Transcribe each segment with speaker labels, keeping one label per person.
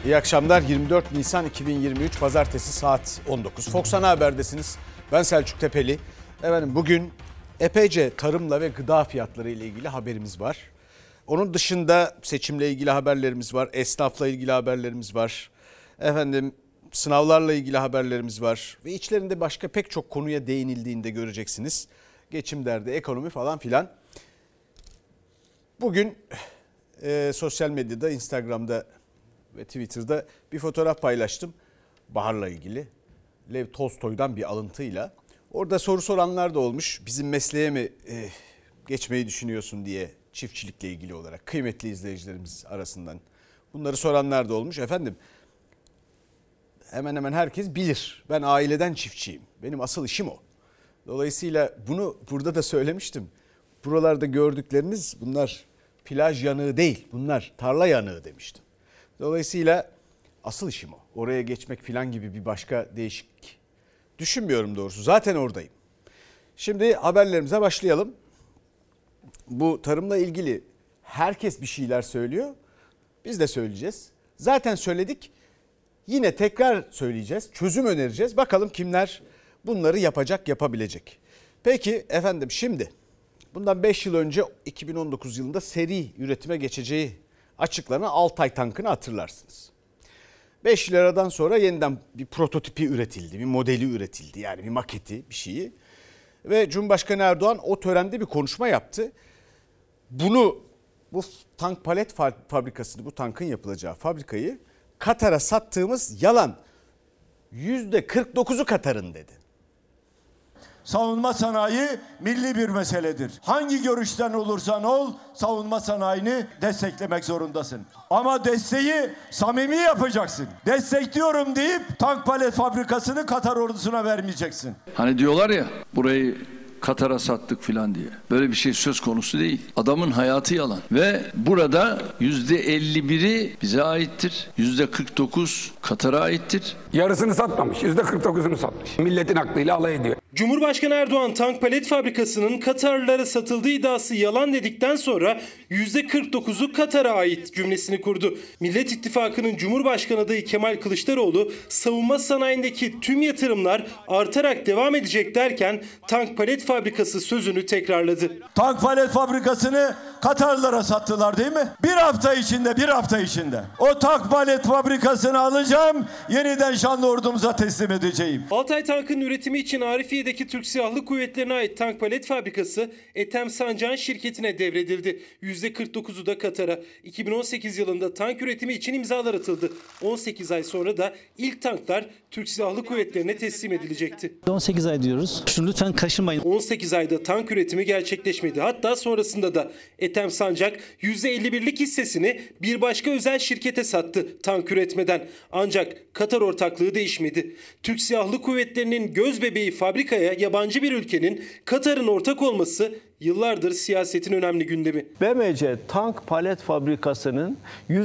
Speaker 1: İyi akşamlar. 24 Nisan 2023 Pazartesi saat 19. Fox Ana Haber'desiniz. Ben Selçuk Tepeli. Efendim bugün epeyce tarımla ve gıda fiyatları ile ilgili haberimiz var. Onun dışında seçimle ilgili haberlerimiz var. Esnafla ilgili haberlerimiz var. Efendim sınavlarla ilgili haberlerimiz var. Ve içlerinde başka pek çok konuya değinildiğinde göreceksiniz. Geçim derdi, ekonomi falan filan. Bugün sosyal medyada, Instagram'da ve Twitter'da bir fotoğraf paylaştım. Bahar'la ilgili. Lev Tolstoy'dan bir alıntıyla. Orada soru soranlar da olmuş. Bizim mesleğe mi geçmeyi düşünüyorsun diye, çiftçilikle ilgili olarak kıymetli izleyicilerimiz arasından. Bunları soranlar da olmuş. Efendim hemen hemen herkes bilir. Ben aileden çiftçiyim. Benim asıl işim o. Dolayısıyla bunu burada da söylemiştim. Buralarda gördükleriniz bunlar plaj yanığı değil. Bunlar tarla yanığı demiştim. Dolayısıyla asıl işim o. Oraya geçmek falan gibi bir başka değişiklik düşünmüyorum doğrusu. Zaten oradayım. Şimdi haberlerimize başlayalım. Bu tarımla ilgili herkes bir şeyler söylüyor. Biz de söyleyeceğiz. Zaten söyledik. Yine tekrar söyleyeceğiz. Çözüm önereceğiz. Bakalım kimler bunları yapacak, yapabilecek. Peki efendim şimdi bundan 5 yıl önce 2019 yılında seri üretime geçeceği açıklanan Altay tankını hatırlarsınız. 5 yıl aradan sonra yeniden bir prototipi üretildi, bir modeli üretildi. Yani bir maketi, bir şeyi. Ve Cumhurbaşkanı Erdoğan o törende bir konuşma yaptı. Bu tank palet fabrikasını, bu tankın yapılacağı fabrikayı Katar'a sattığımız yalan. %49'u Katar'ın dedi.
Speaker 2: Savunma sanayi milli bir meseledir. Hangi görüşten olursan ol, savunma sanayini desteklemek zorundasın. Ama desteği samimi yapacaksın. Destekliyorum deyip tank palet fabrikasını Katar ordusuna vermeyeceksin.
Speaker 3: Hani diyorlar ya, burayı Katar'a sattık filan diye. Böyle bir şey söz konusu değil. Adamın hayatı yalan. Ve burada %51'i bize aittir. %49 Katar'a aittir.
Speaker 4: Yarısını satmamış, %49'unu satmış. Milletin aklıyla alay ediyor.
Speaker 5: Cumhurbaşkanı Erdoğan tank palet fabrikasının Katarlılara satıldığı iddiası yalan dedikten sonra %49'u Katar'a ait cümlesini kurdu. Millet İttifakı'nın Cumhurbaşkanı adayı Kemal Kılıçdaroğlu savunma sanayindeki tüm yatırımlar artarak devam edecek derken tank palet fabrikası sözünü tekrarladı.
Speaker 2: Tank palet fabrikasını Katarlılara sattılar değil mi? Bir hafta içinde o tank palet fabrikasını alacağım, yeniden şanlı ordumuza teslim edeceğim.
Speaker 5: Altay tankın üretimi için Arifiye'deki Türk Silahlı Kuvvetleri'ne ait tank palet fabrikası Ethem Sancak'ın şirketine devredildi. %49'u da Katar'a. 2018 yılında tank üretimi için imzalar atıldı. 18 ay sonra da ilk tanklar Türk Silahlı Kuvvetleri'ne teslim edilecekti.
Speaker 6: 18 ay diyoruz. Şunu lütfen kaşınmayın.
Speaker 5: 18 ayda tank üretimi gerçekleşmedi. Hatta sonrasında da Ethem Sancak %51'lik hissesini bir başka özel şirkete sattı tank üretmeden. Ancak Katar ortaklığı değişmedi. Türk Silahlı Kuvvetleri'nin gözbebeği fabrikaya yabancı bir ülkenin Katar'ın ortak olması yıllardır siyasetin önemli gündemi.
Speaker 7: BMC tank palet fabrikasının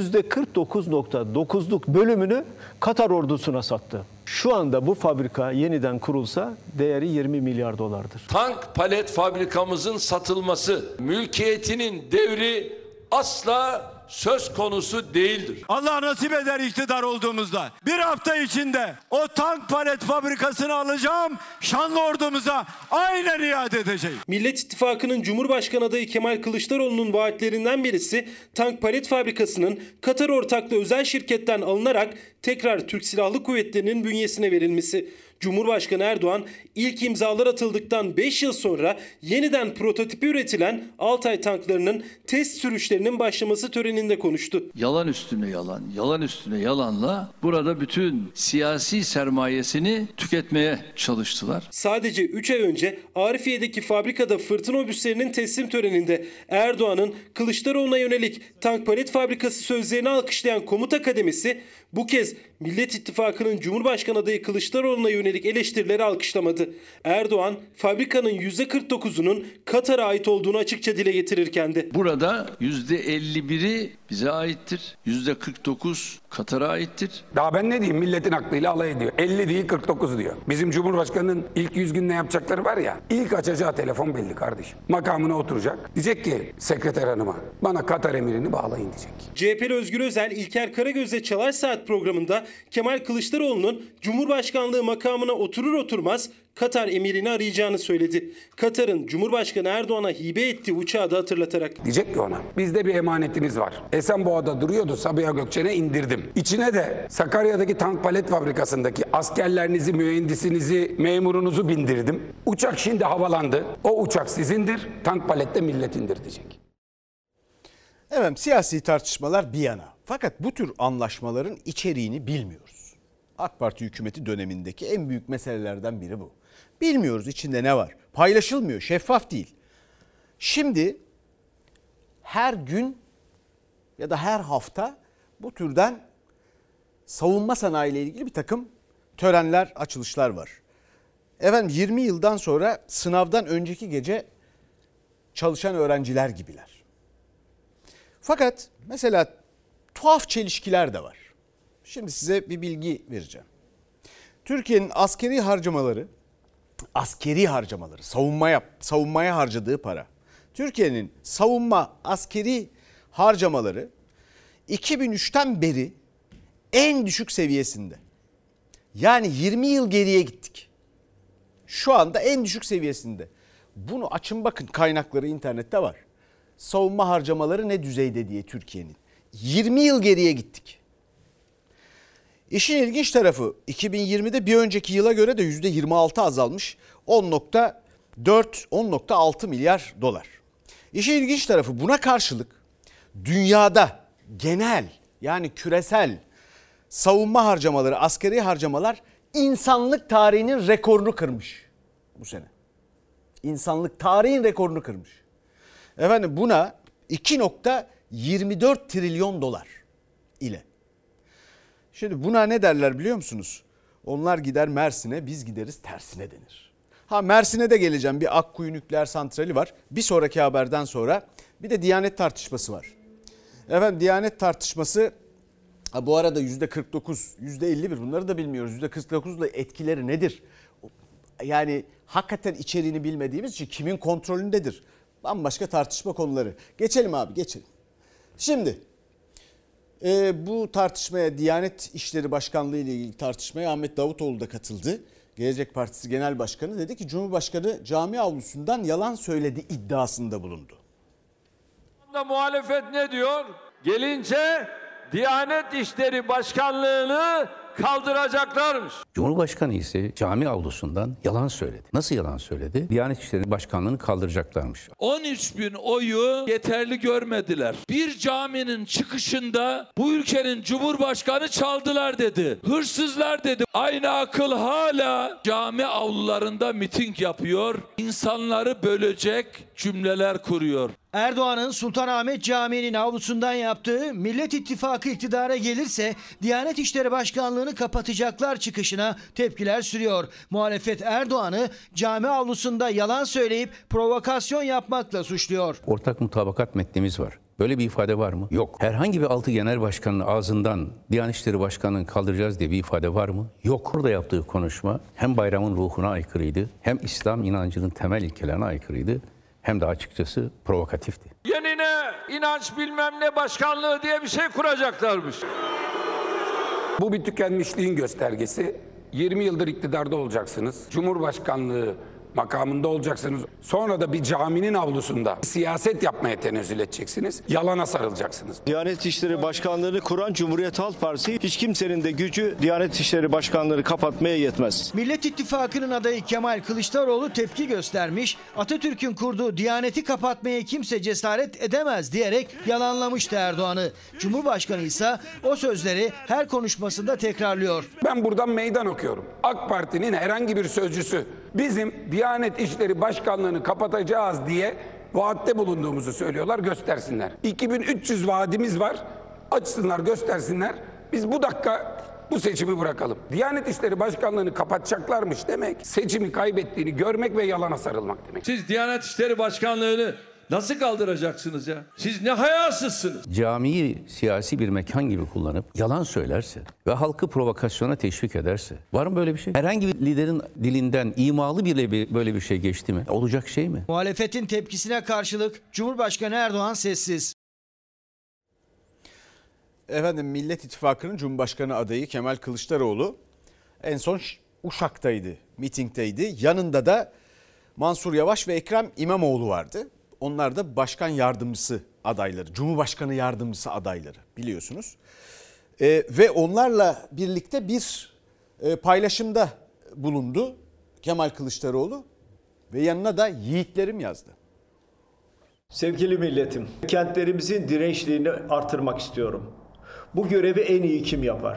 Speaker 7: %49.9'luk bölümünü Katar ordusuna sattı. Şu anda bu fabrika yeniden kurulsa değeri 20 milyar dolardır.
Speaker 8: Tank palet fabrikamızın satılması, mülkiyetinin devri asla söz konusu değildir.
Speaker 2: Allah nasip eder iktidar olduğumuzda. Bir hafta içinde o tank palet fabrikasını alacağım, şanlı ordumuza aynen iade edeceğim.
Speaker 5: Millet İttifakı'nın Cumhurbaşkanı adayı Kemal Kılıçdaroğlu'nun vaatlerinden birisi tank palet fabrikasının Katar ortaklı özel şirketten alınarak tekrar Türk Silahlı Kuvvetleri'nin bünyesine verilmesi. Cumhurbaşkanı Erdoğan ilk imzalar atıldıktan 5 yıl sonra yeniden prototipi üretilen Altay tanklarının test sürüşlerinin başlaması töreninde konuştu.
Speaker 3: Yalan üstüne yalan, yalan üstüne yalanla burada bütün siyasi sermayesini tüketmeye çalıştılar.
Speaker 5: Sadece 3 ay önce Arifiye'deki fabrikada fırtına obüslerinin teslim töreninde Erdoğan'ın Kılıçdaroğlu'na yönelik tank palet fabrikası sözlerini alkışlayan komuta kademesi bu kez Millet İttifakı'nın Cumhurbaşkanı adayı Kılıçdaroğlu'na yönelik eleştirileri alkışlamadı. Erdoğan fabrikanın %49'unun Katar'a ait olduğunu açıkça dile getirirken de.
Speaker 3: Burada %51'i bize aittir. %49 Katar'a aittir.
Speaker 4: Daha ben ne diyeyim, milletin aklıyla alay ediyor. 50 değil 49 diyor. Bizim Cumhurbaşkanı'nın ilk 100 gün ne yapacakları var ya, ilk açacağı telefon belli kardeşim. Makamına oturacak. Diyecek ki sekreter hanıma, bana Katar emirini bağlayın diyecek.
Speaker 5: CHP'li Özgür Özel, İlker Karagöz'le Çalar Saat programında Kemal Kılıçdaroğlu'nun Cumhurbaşkanlığı makamına oturur oturmaz Katar emirini arayacağını söyledi. Katar'ın Cumhurbaşkanı Erdoğan'a hibe ettiği uçağı da hatırlatarak.
Speaker 4: Diyecek ki ona, bizde bir emanetiniz var. Esenboğa'da duruyordu, Sabiha Gökçen'e indirdim. İçine de Sakarya'daki tank palet fabrikasındaki askerlerinizi, mühendisinizi, memurunuzu bindirdim. Uçak şimdi havalandı. O uçak sizindir, tank palet de milletindir diyecek.
Speaker 1: Evet, siyasi tartışmalar bir yana. Fakat bu tür anlaşmaların içeriğini bilmiyoruz. AK Parti hükümeti dönemindeki en büyük meselelerden biri bu. Bilmiyoruz içinde ne var. Paylaşılmıyor, şeffaf değil. Şimdi her gün ya da her hafta bu türden savunma sanayi ile ilgili bir takım törenler, açılışlar var. Efendim 20 yıldan sonra sınavdan önceki gece çalışan öğrenciler gibiler. Fakat mesela tuhaf çelişkiler de var. Şimdi size bir bilgi vereceğim. Türkiye'nin askeri harcamaları, savunmaya harcadığı para. Türkiye'nin savunma askeri harcamaları 2003'ten beri en düşük seviyesinde. Yani 20 yıl geriye gittik. Şu anda en düşük seviyesinde. Bunu açın bakın, kaynakları internette var. Savunma harcamaları ne düzeyde diye Türkiye'nin. 20 yıl geriye gittik. İşin ilginç tarafı 2020'de bir önceki yıla göre de %26 azalmış. 10.6 milyar dolar. İşin ilginç tarafı buna karşılık dünyada genel, yani küresel savunma harcamaları, askeri harcamalar insanlık tarihinin rekorunu kırmış bu sene. İnsanlık tarihin rekorunu kırmış. Efendim buna 2.24 trilyon dolar ile. Şimdi buna ne derler biliyor musunuz? Onlar gider Mersin'e, biz gideriz tersine denir. Ha, Mersin'e de geleceğim, bir Akkuyu nükleer santrali var. Bir sonraki haberden sonra bir de Diyanet tartışması var. Efendim Diyanet tartışması bu arada %49, %51 bunları da bilmiyoruz. %49'la etkileri nedir? Yani hakikaten içeriğini bilmediğimiz için kimin kontrolündedir? Bambaşka tartışma konuları. Geçelim abi, geçelim. Şimdi bu tartışmaya, Diyanet İşleri Başkanlığı ile ilgili tartışmaya Ahmet Davutoğlu da katıldı. Gelecek Partisi Genel Başkanı dedi ki Cumhurbaşkanı cami avlusundan yalan söyledi iddiasında bulundu.
Speaker 8: Muhalefet ne diyor? Gelince Diyanet İşleri Başkanlığı'nı kaldıracaklarmış.
Speaker 9: Cumhurbaşkanı ise cami avlusundan yalan söyledi. Nasıl yalan söyledi? Diyanet İşleri Başkanlığı'nı kaldıracaklarmış.
Speaker 10: 13.000 oyu yeterli görmediler. Bir caminin çıkışında bu ülkenin Cumhurbaşkanı çaldılar dedi. Hırsızlar dedi. Aynı akıl hala cami avlularında miting yapıyor. İnsanları bölecek cümleler kuruyor.
Speaker 11: Erdoğan'ın Sultanahmet Camii'nin avlusundan yaptığı Millet İttifakı iktidara gelirse Diyanet İşleri Başkanlığı'nı kapatacaklar çıkışına tepkiler sürüyor. Muhalefet Erdoğan'ı cami avlusunda yalan söyleyip provokasyon yapmakla suçluyor.
Speaker 9: Ortak mutabakat metnimiz var. Böyle bir ifade var mı? Yok. Herhangi bir altı genel başkanın ağzından Diyanet İşleri Başkanlığı'nı kaldıracağız diye bir ifade var mı? Yok. Orada yaptığı konuşma hem bayramın ruhuna aykırıydı, hem İslam inancının temel ilkelerine aykırıydı, hem de açıkçası provokatifti.
Speaker 8: Yenine inanç bilmem ne başkanlığı diye bir şey kuracaklarmış.
Speaker 4: Bu bir tükenmişliğin göstergesi. 20 yıldır iktidarda olacaksınız. Cumhurbaşkanlığı makamında olacaksınız. Sonra da bir caminin avlusunda siyaset yapmaya tenezzül edeceksiniz. Yalana sarılacaksınız.
Speaker 7: Diyanet İşleri Başkanlığı'nı kuran Cumhuriyet Halk Partisi, hiç kimsenin de gücü Diyanet İşleri Başkanlığı'nı kapatmaya yetmez.
Speaker 11: Millet İttifakı'nın adayı Kemal Kılıçdaroğlu tepki göstermiş, Atatürk'ün kurduğu Diyaneti kapatmaya kimse cesaret edemez diyerek yalanlamıştı Erdoğan'ı. Cumhurbaşkanı ise o sözleri her konuşmasında tekrarlıyor.
Speaker 4: Ben buradan meydan okuyorum. AK Parti'nin herhangi bir sözcüsü bizim Diyanet İşleri Başkanlığı'nı kapatacağız diye vaatte bulunduğumuzu söylüyorlar, göstersinler. 2300 vaadimiz var, açsınlar, göstersinler. Biz bu dakika bu seçimi bırakalım. Diyanet İşleri Başkanlığı'nı kapatacaklarmış demek, seçimi kaybettiğini görmek ve yalana sarılmak demek.
Speaker 10: Siz Diyanet İşleri Başkanlığı'nı Nasıl kaldıracaksınız ya? Siz ne hayasızsınız.
Speaker 9: Camiyi siyasi bir mekan gibi kullanıp yalan söylerse ve halkı provokasyona teşvik ederse, var mı böyle bir şey? Herhangi bir liderin dilinden imalı bile böyle bir şey geçti mi? Olacak şey mi?
Speaker 11: Muhalefetin tepkisine karşılık Cumhurbaşkanı Erdoğan sessiz.
Speaker 1: Efendim, Millet İttifakı'nın Cumhurbaşkanı adayı Kemal Kılıçdaroğlu en son Uşak'taydı, mitingdeydi. Yanında da Mansur Yavaş ve Ekrem İmamoğlu vardı. Onlar da başkan yardımcısı adayları, Cumhurbaşkanı yardımcısı adayları biliyorsunuz. Ve onlarla birlikte bir paylaşımda bulundu Kemal Kılıçdaroğlu ve yanına da yiğitlerim yazdı.
Speaker 7: Sevgili milletim, kentlerimizin dirençliğini artırmak istiyorum. Bu görevi en iyi kim yapar?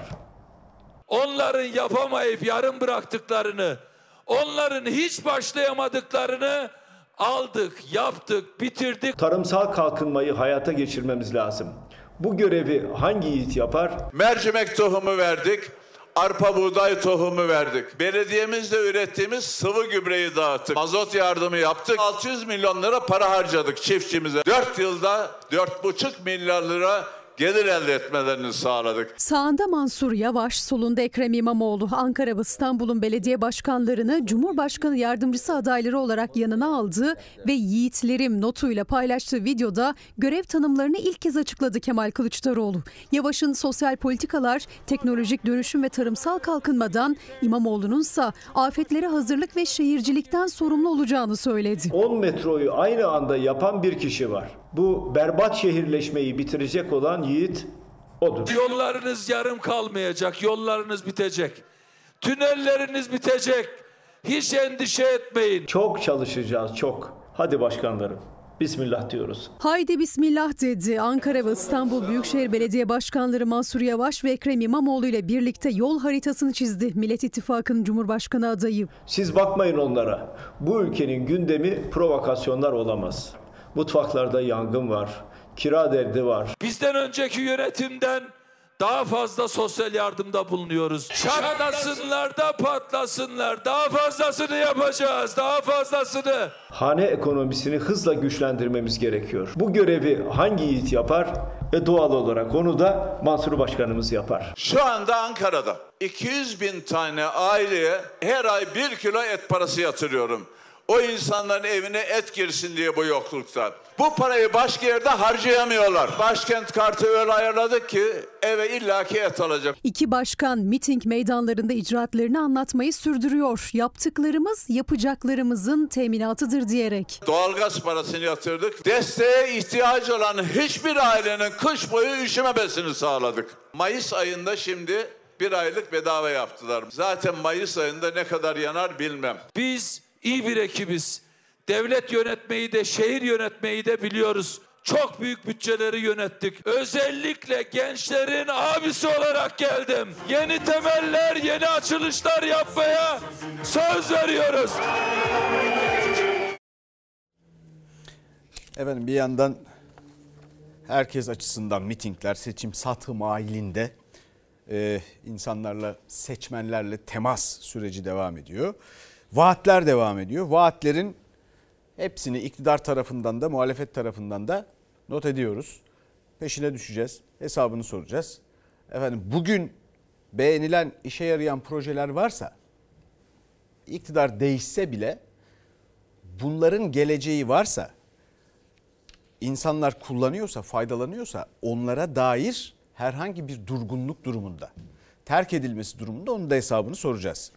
Speaker 10: Onların yapamayıp yarım bıraktıklarını, onların hiç başlayamadıklarını aldık, yaptık, bitirdik.
Speaker 7: Tarımsal kalkınmayı hayata geçirmemiz lazım. Bu görevi hangi yiğit yapar?
Speaker 12: Mercimek tohumu verdik, arpa buğday tohumu verdik. Belediyemizde ürettiğimiz sıvı gübreyi dağıttık. Mazot yardımı yaptık. 600 milyon lira para harcadık çiftçimize. 4 yılda 4,5 milyar lira gelir elde etmelerini sağladık.
Speaker 13: Sağında Mansur Yavaş, solunda Ekrem İmamoğlu, Ankara ve İstanbul'un belediye başkanlarını Cumhurbaşkanı yardımcısı adayları olarak yanına aldı ve yiğitlerim notuyla paylaştığı videoda görev tanımlarını ilk kez açıkladı Kemal Kılıçdaroğlu. Yavaş'ın sosyal politikalar, teknolojik dönüşüm ve tarımsal kalkınmadan, İmamoğlu'nunsa afetlere hazırlık ve şehircilikten sorumlu olacağını söyledi.
Speaker 7: 10 metroyu aynı anda yapan bir kişi var. Bu berbat şehirleşmeyi bitirecek olan yiğit odur.
Speaker 10: Yollarınız yarım kalmayacak, yollarınız bitecek. Tünelleriniz bitecek. Hiç endişe etmeyin.
Speaker 7: Çok çalışacağız, çok. Hadi başkanlarım, bismillah diyoruz.
Speaker 13: Haydi bismillah dedi. Ankara ve İstanbul Büyükşehir Belediye Başkanları Mansur Yavaş ve Ekrem İmamoğlu ile birlikte yol haritasını çizdi Millet İttifakı'nın Cumhurbaşkanı adayı.
Speaker 7: Siz bakmayın onlara. Bu ülkenin gündemi provokasyonlar olamaz. Mutfaklarda yangın var, kira derdi var.
Speaker 10: Bizden önceki yönetimden daha fazla sosyal yardımda bulunuyoruz. Çatlasınlar da patlasınlar. Daha fazlasını yapacağız, daha fazlasını.
Speaker 7: Hane ekonomisini hızla güçlendirmemiz gerekiyor. Bu görevi hangi yiğit yapar? Doğal olarak onu da Mansur Başkanımız yapar.
Speaker 12: Şu anda Ankara'da 200 bin tane aileye her ay 1 kilo et parası yatırıyorum. O insanların evine et girsin diye bu yoklukta. Bu parayı başka yerde harcayamıyorlar. Başkent kartı öyle ayarladık ki eve illaki et alacak.
Speaker 13: İki başkan miting meydanlarında icraatlarını anlatmayı sürdürüyor. Yaptıklarımız yapacaklarımızın teminatıdır diyerek.
Speaker 12: Doğalgaz parasını yatırdık. Desteğe ihtiyacı olan hiçbir ailenin kış boyu üşümemesini sağladık. Mayıs ayında şimdi 1 aylık bedava yaptılar. Zaten Mayıs ayında ne kadar yanar bilmem.
Speaker 10: Biz iyi bir ekibiz. Devlet yönetmeyi de şehir yönetmeyi de biliyoruz. Çok büyük bütçeleri yönettik. Özellikle gençlerin abisi olarak geldim. Yeni temeller, yeni açılışlar yapmaya söz veriyoruz.
Speaker 1: Efendim, bir yandan herkes açısından mitingler, seçim satı mailinde insanlarla, seçmenlerle temas süreci devam ediyor. Vaatler devam ediyor. Vaatlerin hepsini iktidar tarafından da muhalefet tarafından da not ediyoruz. Peşine düşeceğiz. Hesabını soracağız. Efendim, bugün beğenilen, işe yarayan projeler varsa, iktidar değişse bile bunların geleceği varsa, insanlar kullanıyorsa, faydalanıyorsa onlara dair herhangi bir durgunluk durumunda, terk edilmesi durumunda onun da hesabını soracağız.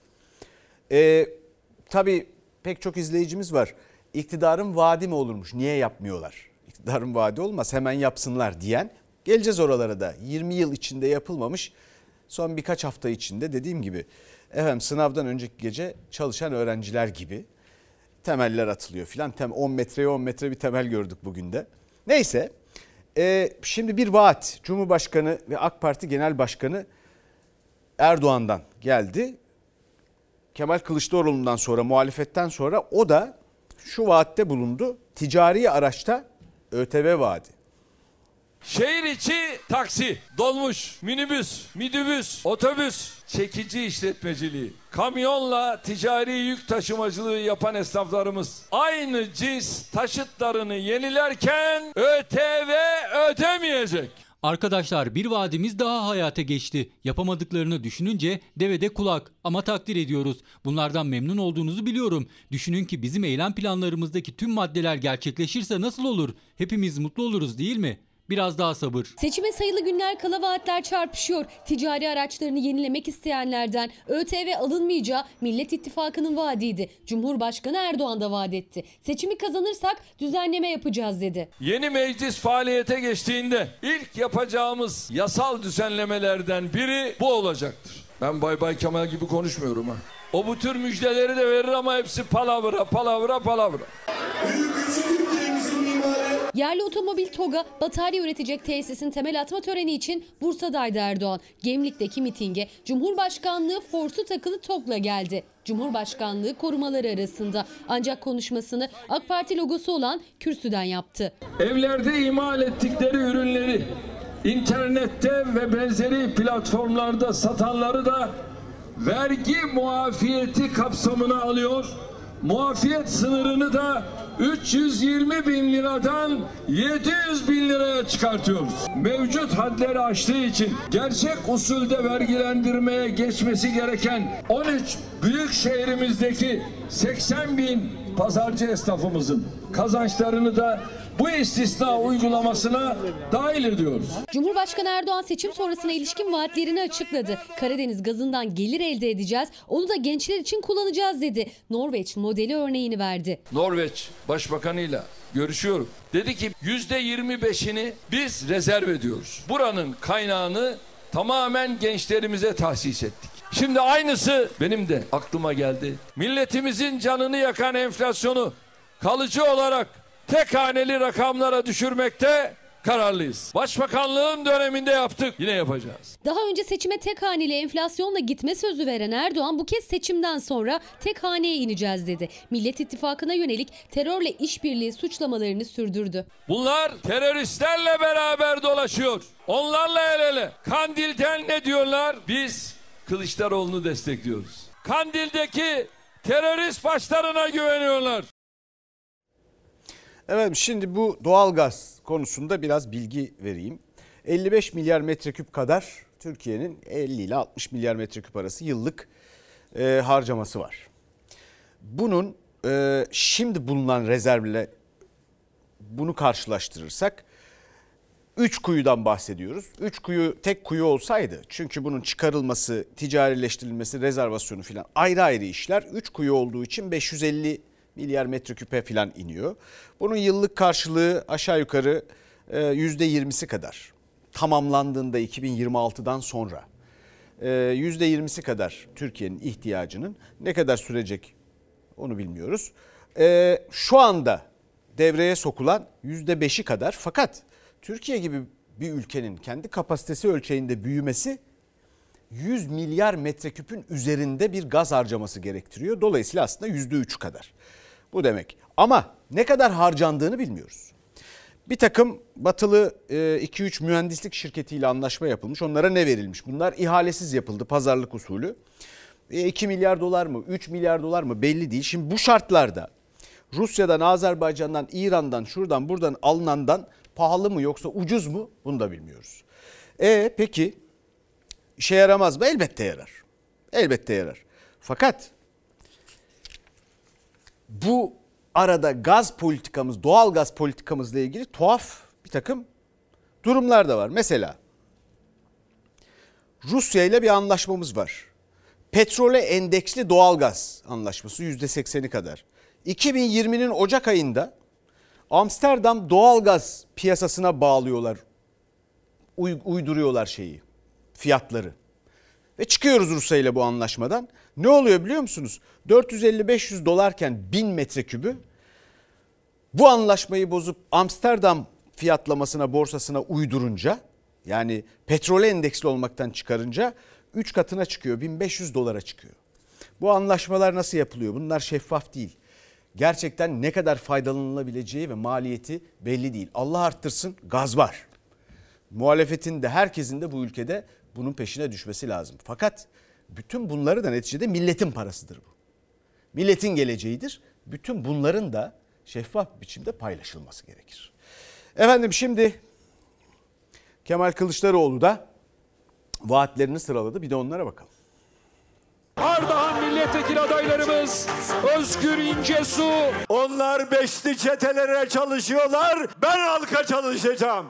Speaker 1: Tabii pek çok izleyicimiz var. İktidarın vaadi mi olurmuş? Niye yapmıyorlar? İktidarın vaadi olmaz, hemen yapsınlar diyen. Geleceğiz oralara da. 20 yıl içinde yapılmamış, son birkaç hafta içinde dediğim gibi. Efendim, sınavdan önceki gece çalışan öğrenciler gibi temeller atılıyor filan. 10 metreye 10 metre bir temel gördük bugün de. Neyse, şimdi bir vaat Cumhurbaşkanı ve AK Parti Genel Başkanı Erdoğan'dan geldi. Kemal Kılıçdaroğlu'ndan sonra, muhalefetten sonra o da şu vaatte bulundu. Ticari araçta ÖTV vaadi.
Speaker 8: Şehir içi taksi, dolmuş, minibüs, otobüs, çekici işletmeciliği, kamyonla ticari yük taşımacılığı yapan esnaflarımız aynı cins taşıtlarını yenilerken ÖTV ödemeyecek.
Speaker 14: Arkadaşlar bir vaadimiz daha hayata geçti. Yapamadıklarını düşününce devede kulak ama takdir ediyoruz. Bunlardan memnun olduğunuzu biliyorum. Düşünün ki bizim eylem planlarımızdaki tüm maddeler gerçekleşirse nasıl olur? Hepimiz mutlu oluruz değil mi? Biraz daha sabır.
Speaker 15: Seçime sayılı günler kala vaatler çarpışıyor. Ticari araçlarını yenilemek isteyenlerden ÖTV alınmayacağı Millet İttifakı'nın vaadiydi. Cumhurbaşkanı Erdoğan da vaat etti. Seçimi kazanırsak düzenleme yapacağız dedi.
Speaker 8: Yeni meclis faaliyete geçtiğinde ilk yapacağımız yasal düzenlemelerden biri bu olacaktır. Ben Bay Kemal gibi konuşmuyorum ha. O bu tür müjdeleri de verir ama hepsi palavra.
Speaker 15: Yerli otomobil TOG'a batarya üretecek tesisin temel atma töreni için Bursa'daydı Erdoğan. Gemlik'teki mitinge Cumhurbaşkanlığı forsu takılı TOG'la geldi. Cumhurbaşkanlığı korumaları arasında, ancak konuşmasını AK Parti logosu olan kürsüden yaptı.
Speaker 8: Evlerde imal ettikleri ürünleri internette ve benzeri platformlarda satanları da vergi muafiyeti kapsamına alıyor. Muafiyet sınırını da 320 bin liradan 700 bin liraya çıkartıyoruz. Mevcut hadleri aştığı için gerçek usulde vergilendirmeye geçmesi gereken 13 büyük şehrimizdeki 80 bin pazarcı esnafımızın kazançlarını da bu istisna uygulamasına dahil ediyoruz.
Speaker 15: Cumhurbaşkanı Erdoğan seçim sonrasına ilişkin vaatlerini açıkladı. Karadeniz gazından gelir elde edeceğiz, onu da gençler için kullanacağız dedi. Norveç modeli örneğini verdi.
Speaker 8: Norveç Başbakanıyla görüşüyorum. Dedi ki %25'ini biz rezerv ediyoruz. Buranın kaynağını tamamen gençlerimize tahsis ettik. Şimdi aynısı benim de aklıma geldi. Milletimizin canını yakan enflasyonu kalıcı olarak tek haneli rakamlara düşürmekte kararlıyız. Başbakanlığın döneminde yaptık, yine yapacağız.
Speaker 15: Daha önce seçime tek haneli enflasyonla gitme sözü veren Erdoğan bu kez seçimden sonra tek haneye ineceğiz dedi. Millet İttifakı'na yönelik terörle işbirliği suçlamalarını sürdürdü.
Speaker 8: Bunlar teröristlerle beraber dolaşıyor. Onlarla el ele. Kandil'den ne diyorlar? Biz Kılıçdaroğlu'nu destekliyoruz. Kandil'deki terörist başlarına güveniyorlar.
Speaker 1: Evet, şimdi bu doğalgaz konusunda biraz bilgi vereyim. 55 milyar metreküp kadar Türkiye'nin 50 ile 60 milyar metreküp arası yıllık harcaması var. Bunun şimdi bulunan rezervle bunu karşılaştırırsak 3 kuyudan bahsediyoruz. 3 kuyu tek kuyu olsaydı, çünkü bunun çıkarılması, ticarileştirilmesi, rezervasyonu filan ayrı ayrı işler. 3 kuyu olduğu için 550 milyar metreküpe filan iniyor. Bunun yıllık karşılığı aşağı yukarı %20'si kadar. Tamamlandığında 2026'dan sonra %20'si kadar Türkiye'nin ihtiyacının, ne kadar sürecek onu bilmiyoruz. Şu anda devreye sokulan %5'i kadar, fakat Türkiye gibi bir ülkenin kendi kapasitesi ölçeğinde büyümesi 100 milyar metreküpün üzerinde bir gaz harcaması gerektiriyor. Dolayısıyla aslında %3 kadar. Bu demek. Ama ne kadar harcandığını bilmiyoruz. Bir takım batılı 2-3 mühendislik şirketiyle anlaşma yapılmış. Onlara ne verilmiş? Bunlar ihalesiz yapıldı, pazarlık usulü. 2 milyar dolar mı, 3 milyar dolar mı belli değil. Şimdi bu şartlarda Rusya'dan, Azerbaycan'dan, İran'dan, şuradan buradan alınandan pahalı mı yoksa ucuz mu? Bunu da bilmiyoruz. Peki işe yaramaz mı? Elbette yarar. Elbette yarar. Fakat bu arada gaz politikamız, doğal gaz politikamızla ilgili tuhaf bir takım durumlar da var. Mesela Rusya ile bir anlaşmamız var. Petrole endeksli doğal gaz anlaşması %80'i kadar. 2020'nin Ocak ayında Amsterdam doğal gaz piyasasına bağlıyorlar, uyduruyorlar fiyatları. Ve çıkıyoruz Rusya ile bu anlaşmadan. Ne oluyor biliyor musunuz? 450-500 dolarken 1000 metrekübü, bu anlaşmayı bozup Amsterdam fiyatlamasına, borsasına uydurunca, yani petrole endeksli olmaktan çıkarınca 3 katına çıkıyor, 1500 dolara çıkıyor. Bu anlaşmalar nasıl yapılıyor? Bunlar şeffaf değil. Gerçekten ne kadar faydalanılabileceği ve maliyeti belli değil. Allah arttırsın, gaz var. muhalefetin de herkesin de bu ülkede bunun peşine düşmesi lazım. Fakat bütün bunları da neticede milletin parasıdır bu. Milletin geleceğidir. Bütün bunların da şeffaf bir biçimde paylaşılması gerekir. Efendim şimdi Kemal Kılıçdaroğlu da vaatlerini sıraladı. Bir de onlara bakalım.
Speaker 10: Ardahan milletvekili adaylarımız Özgür İncesu.
Speaker 2: Onlar beşli çetelere çalışıyorlar. Ben halka çalışacağım.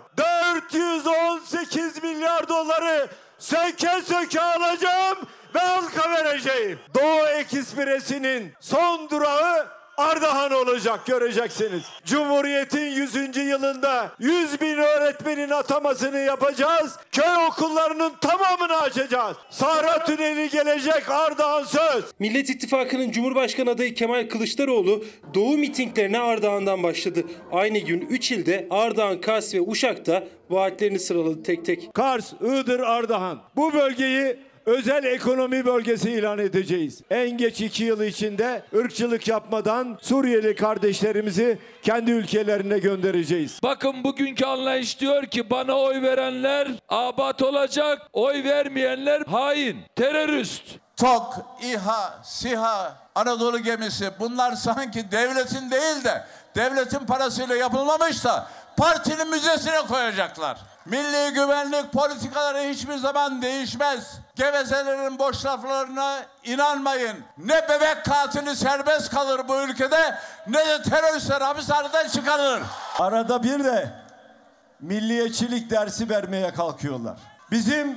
Speaker 2: 418 milyar doları söke söke alacağım ve halka vereceğim. Doğu Ekspresi'nin son durağı Ardahan olacak, göreceksiniz. Cumhuriyet'in 100. yılında 100 bin öğretmenin atamasını yapacağız. Köy okullarının tamamını açacağız. Sahra Tüneli gelecek, Ardahan söz.
Speaker 5: Millet İttifakı'nın Cumhurbaşkanı adayı Kemal Kılıçdaroğlu Doğu mitinglerine Ardahan'dan başladı. Aynı gün 3 ilde Ardahan, Kars ve Uşak'ta vaatlerini sıraladı tek tek.
Speaker 2: Kars, Iğdır, Ardahan. Bu bölgeyi özel ekonomi bölgesi ilan edeceğiz. En geç 2 yıl içinde ırkçılık yapmadan Suriyeli kardeşlerimizi kendi ülkelerine göndereceğiz.
Speaker 10: Bakın bugünkü anlayış diyor ki bana oy verenler abat olacak, oy vermeyenler hain, terörist.
Speaker 12: TOK, İHA, SİHA, Anadolu gemisi bunlar sanki devletin değil de devletin parasıyla yapılmamış da partinin müzesine koyacaklar. Milli güvenlik politikaları hiçbir zaman değişmez. Gevezelerin boş laflarına inanmayın. Ne bebek katili serbest kalır bu ülkede ne de teröristler hapishaneden çıkarılır.
Speaker 2: Arada bir de milliyetçilik dersi vermeye kalkıyorlar. Bizim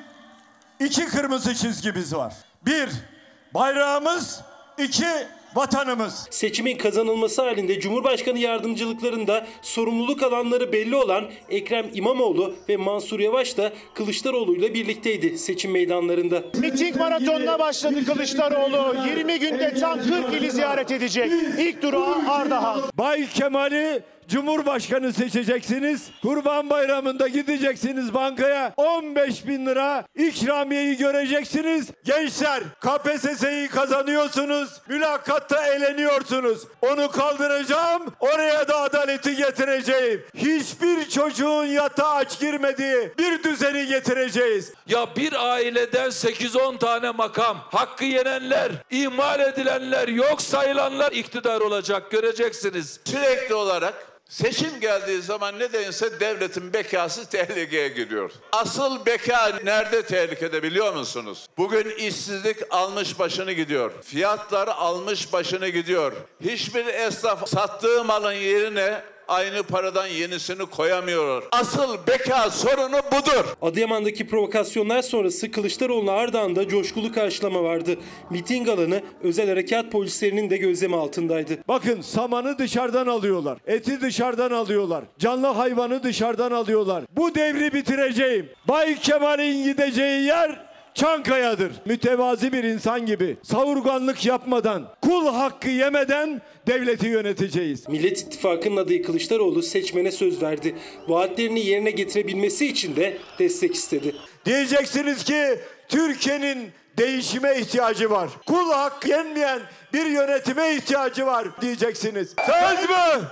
Speaker 2: 2 kırmızı çizgimiz var. 1, bayrağımız, 2, vatanımız.
Speaker 5: Seçimin kazanılması halinde Cumhurbaşkanı yardımcılıklarında sorumluluk alanları belli olan Ekrem İmamoğlu ve Mansur Yavaş da Kılıçdaroğlu ile birlikteydi seçim meydanlarında.
Speaker 16: Miting maratonuna başladı Kılıçdaroğlu. 20 günde tam 40 ili ziyaret edecek. İlk durağı Ardahan.
Speaker 2: Bay Kemal'i Cumhurbaşkanı seçeceksiniz. Kurban Bayramı'nda gideceksiniz bankaya. 15 bin lira ikramiyeyi göreceksiniz. Gençler, KPSS'yi kazanıyorsunuz. Mülakatta eleniyorsunuz. Onu kaldıracağım. Oraya da adaleti getireceğim. Hiçbir çocuğun yatağa aç girmediği bir düzeni getireceğiz.
Speaker 10: Ya bir aileden 8-10 tane makam, hakkı yenenler, ihmal edilenler, yok sayılanlar iktidar olacak, göreceksiniz.
Speaker 12: Sürekli olarak seçim geldiği zaman nedense devletin bekası tehlikeye giriyor. Asıl beka nerede tehlikede biliyor musunuz? Bugün işsizlik almış başını gidiyor. Fiyatlar almış başını gidiyor. Hiçbir esnaf sattığı malın yerine aynı paradan yenisini koyamıyor. Asıl beka sorunu budur.
Speaker 5: Adıyaman'daki provokasyonlar sonrası Kılıçdaroğlu'na Ardahan'da coşkulu karşılama vardı. Miting alanı özel harekat polislerinin de gözlemi altındaydı.
Speaker 2: Bakın samanı dışarıdan alıyorlar. Eti dışarıdan alıyorlar. Canlı hayvanı dışarıdan alıyorlar. Bu devri bitireceğim. Bay Kemal'in gideceği yer Çankaya'dır. Mütevazi bir insan gibi savurganlık yapmadan, kul hakkı yemeden devleti yöneteceğiz.
Speaker 5: Millet İttifakı'nın adayı Kılıçdaroğlu seçmene söz verdi. Vaatlerini yerine getirebilmesi için de destek istedi.
Speaker 2: Diyeceksiniz ki Türkiye'nin değişime ihtiyacı var. Kul hakkı yenmeyen bir yönetime ihtiyacı var diyeceksiniz. Söz mü?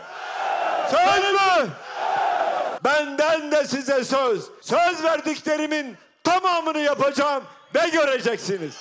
Speaker 2: Söz mü? Benden de size söz. Söz verdiklerimin tamamını yapacağım ve göreceksiniz.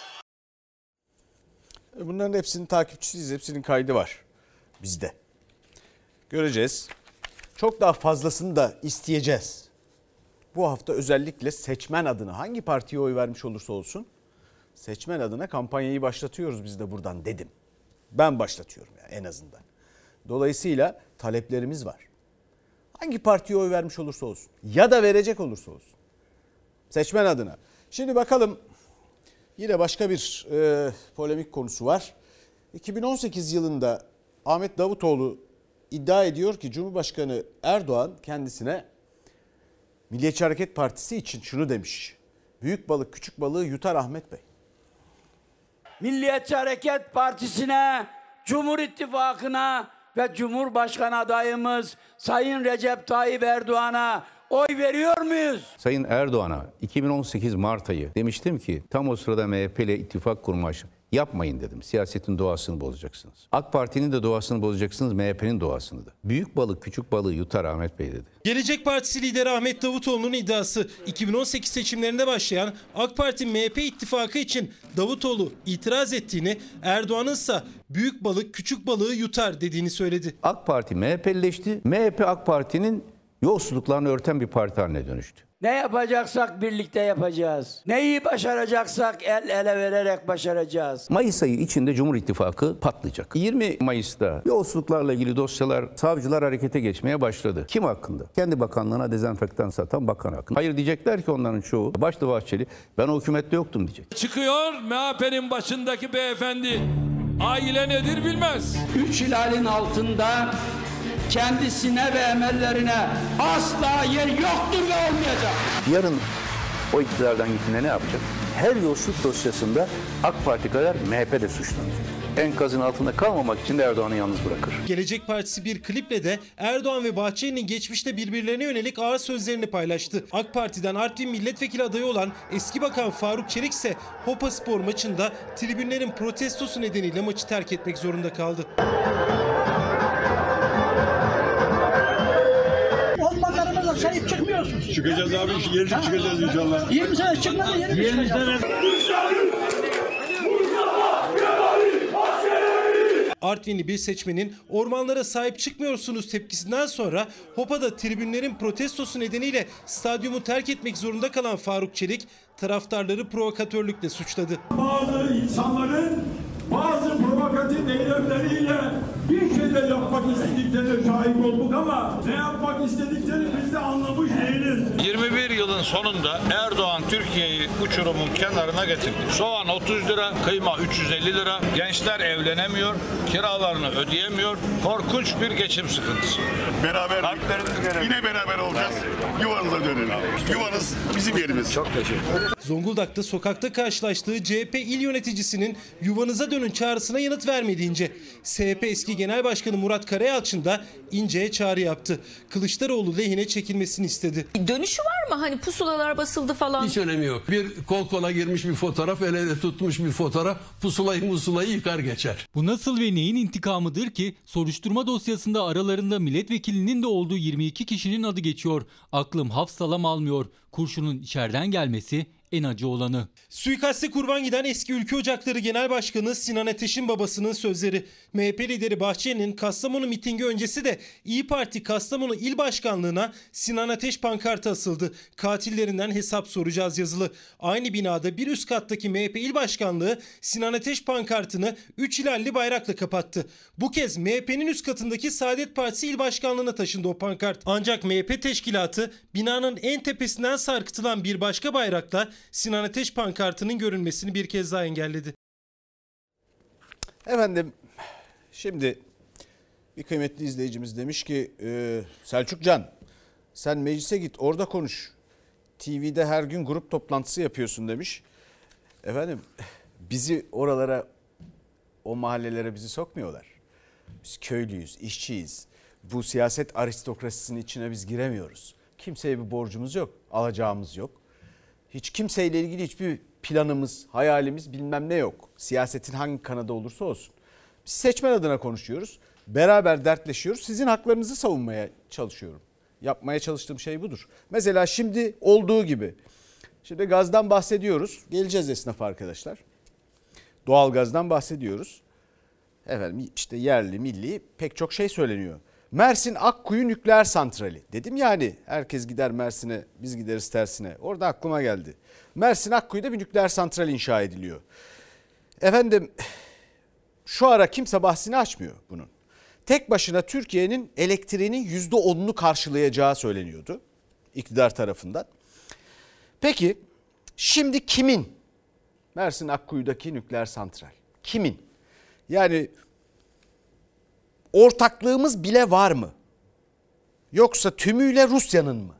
Speaker 1: Bunların hepsinin takipçisiyiz. Hepsinin kaydı var bizde. Göreceğiz. Çok daha fazlasını da isteyeceğiz. Bu hafta özellikle seçmen adına hangi partiye oy vermiş olursa olsun seçmen adına kampanyayı başlatıyoruz biz de buradan dedim. Ben başlatıyorum yani en azından. Dolayısıyla taleplerimiz var. Hangi partiye oy vermiş olursa olsun ya da verecek olursa olsun. Seçmen adına. Şimdi bakalım yine başka bir polemik konusu var. 2018 yılında Ahmet Davutoğlu iddia ediyor ki Cumhurbaşkanı Erdoğan kendisine Milliyetçi Hareket Partisi için şunu demiş. Büyük balık küçük balığı yutar Ahmet Bey.
Speaker 17: Milliyetçi Hareket Partisi'ne, Cumhur İttifakı'na ve Cumhurbaşkanı adayımız Sayın Recep Tayyip Erdoğan'a oy veriyor muyuz?
Speaker 9: Sayın Erdoğan'a 2018 Mart ayı demiştim ki tam o sırada MHP ile ittifak kurma Yapmayın dedim. Siyasetin doğasını bozacaksınız. AK Parti'nin de doğasını bozacaksınız, MHP'nin doğasını da. Büyük balık küçük balığı yutar Ahmet Bey dedi.
Speaker 5: Gelecek Partisi lideri Ahmet Davutoğlu'nun iddiası 2018 seçimlerinde başlayan AK Parti-MHP ittifakı için Davutoğlu itiraz ettiğini, Erdoğan'ın ise büyük balık küçük balığı yutar dediğini söyledi.
Speaker 9: AK Parti MHP'lileşti. MHP AK Parti'nin yolsuzluklarını örten bir parti haline dönüştü.
Speaker 17: Ne yapacaksak birlikte yapacağız. Neyi başaracaksak el ele vererek başaracağız.
Speaker 9: Mayıs ayı içinde Cumhur İttifakı patlayacak. 20 Mayıs'ta yolsuzluklarla ilgili dosyalar, savcılar harekete geçmeye başladı. Kim hakkında? Kendi bakanlığına dezenfektan satan bakan hakkında. Hayır diyecekler ki onların çoğu, başta Bahçeli, ben o hükümette yoktum diyecek.
Speaker 8: Çıkıyor MHP'nin başındaki beyefendi. Aile nedir bilmez.
Speaker 17: 3 hilalin altında kendisine ve emellerine asla yer yoktur ve olmayacak.
Speaker 9: Yarın o iktidardan gittiğinde ne yapacak? Her yolsuzluk dosyasında AK Parti kadar MHP de suçlanacak. Enkazın altında kalmamak için de Erdoğan'ı yalnız bırakır.
Speaker 5: Gelecek Partisi bir kliple de Erdoğan ve Bahçeli'nin geçmişte birbirlerine yönelik ağır sözlerini paylaştı. AK Parti'den Artvin milletvekili adayı olan eski bakan Faruk Çelik ise Hopa Spor maçında tribünlerin protestosu nedeniyle maçı terk etmek zorunda kaldı.
Speaker 18: Olmalarımıza sahip çıkmıyorsunuz.
Speaker 2: Çıkacağız abi, yeni çıkacağız inşallah.
Speaker 18: 20 sene çıkmadı, yeni çıkacağız.
Speaker 5: Artvinli bir seçmenin ormanlara sahip çıkmıyorsunuz tepkisinden sonra Hopa'da tribünlerin protestosu nedeniyle stadyumu terk etmek zorunda kalan Faruk Çelik taraftarları provokatörlükle suçladı.
Speaker 2: Bazı insanların bazı provokatif eylemleriyle bir şeyler yapmak istediklerine şahit olduk ama ne yapmak istediklerini biz de anlamış değiliz.
Speaker 19: 21 yılın sonunda Erdoğan Türkiye'yi uçurumun kenarına getirdi. Soğan 30 lira, kıyma 350 lira, gençler evlenemiyor, kiralarını ödeyemiyor, korkunç bir geçim sıkıntısı.
Speaker 2: Beraber, yine beraber olacağız. Yuvanıza dönelim. Yuvanız bizim yerimiz. Çok teşekkür ederim.
Speaker 5: Zonguldak'ta sokakta karşılaştığı CHP il yöneticisinin yuvanıza dönün çağrısına yanıt vermedi İnce. CHP eski Genel Başkanı Murat Karayalçın da İnce'ye çağrı yaptı. Kılıçdaroğlu lehine çekilmesini istedi.
Speaker 20: Dönüşü var mı? Hani pusulalar basıldı falan.
Speaker 21: Hiç önemi yok. Bir kol kola girmiş bir fotoğraf, el ele tutmuş bir fotoğraf pusulayı yıkar geçer.
Speaker 14: Bu nasıl ve neyin intikamıdır ki soruşturma dosyasında aralarında milletvekilinin de olduğu 22 kişinin adı geçiyor. Aklım hafsalam almıyor. Kurşunun içeriden gelmesi en acı olanı.
Speaker 5: Suikaste kurban giden eski Ülke Ocakları Genel Başkanı Sinan Ateş'in babasının sözleri. MHP lideri Bahçeli'nin Kastamonu mitingi öncesi de İYİ Parti Kastamonu İl Başkanlığı'na Sinan Ateş pankartı asıldı. Katillerinden hesap soracağız yazılı. Aynı binada bir üst kattaki MHP İl Başkanlığı Sinan Ateş pankartını 3 hilalli bayrakla kapattı. Bu kez MHP'nin üst katındaki Saadet Partisi İl Başkanlığı'na taşındı o pankart. Ancak MHP teşkilatı binanın en tepesinden sarkıtılan bir başka bayrakla Sinan Ateş pankartının görünmesini bir kez daha engelledi.
Speaker 1: Efendim şimdi bir kıymetli izleyicimiz demiş ki Selçukcan sen meclise git orada konuş. TV'de her gün grup toplantısı yapıyorsun demiş. Efendim bizi oralara o mahallelere bizi sokmuyorlar. Biz köylüyüz, işçiyiz. Bu siyaset aristokrasisinin içine biz giremiyoruz. Kimseye bir borcumuz yok, alacağımız yok. Hiç kimseyle ilgili hiçbir planımız, hayalimiz bilmem ne yok. Siyasetin hangi kanadı olursa olsun. Biz seçmen adına konuşuyoruz. Beraber dertleşiyoruz. Sizin haklarınızı savunmaya çalışıyorum. Yapmaya çalıştığım şey budur. Mesela şimdi olduğu gibi. Şimdi gazdan bahsediyoruz. Geleceğiz esnaf arkadaşlar. Doğalgazdan bahsediyoruz. Efendim işte yerli, milli pek çok şey söyleniyor. Mersin Akkuyu Nükleer Santrali. Dedim yani herkes gider Mersin'e, biz gideriz tersine. Orada aklıma geldi. Mersin Akkuyu'da bir nükleer santral inşa ediliyor. Efendim şu ara kimse bahsini açmıyor bunun. Tek başına Türkiye'nin elektriğinin %10'unu karşılayacağı söyleniyordu iktidar tarafından. Peki şimdi kimin? Mersin Akkuyu'daki nükleer santral. Kimin? Yani ortaklığımız bile var mı? Yoksa tümüyle Rusya'nın mı?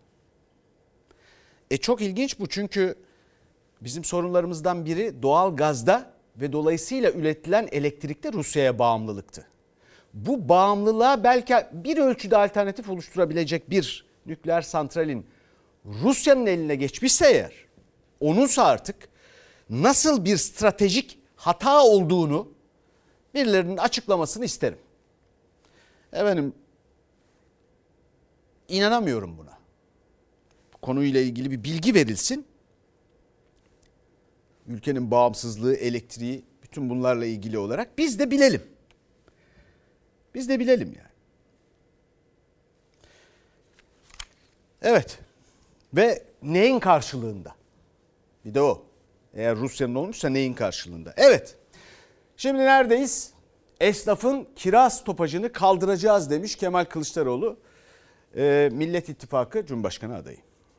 Speaker 1: Çok ilginç bu çünkü bizim sorunlarımızdan biri doğal gazda ve dolayısıyla üretilen elektrikte Rusya'ya bağımlılıktı. Bu bağımlılığa belki bir ölçüde alternatif oluşturabilecek bir nükleer santralin Rusya'nın eline geçmişse eğer, onunsa artık nasıl bir stratejik hata olduğunu birilerinin açıklamasını isterim. Efendim, inanamıyorum buna. Konuyla ilgili bir bilgi verilsin. Ülkenin bağımsızlığı, elektriği, bütün bunlarla ilgili olarak biz de bilelim. Biz de bilelim yani. Evet. Ve neyin karşılığında? Bir de o. Eğer Rusya'nın olmuşsa neyin karşılığında? Evet. Şimdi neredeyiz? Esnafın kira stopajını kaldıracağız demiş Kemal Kılıçdaroğlu. Millet İttifakı Cumhurbaşkanı adayı.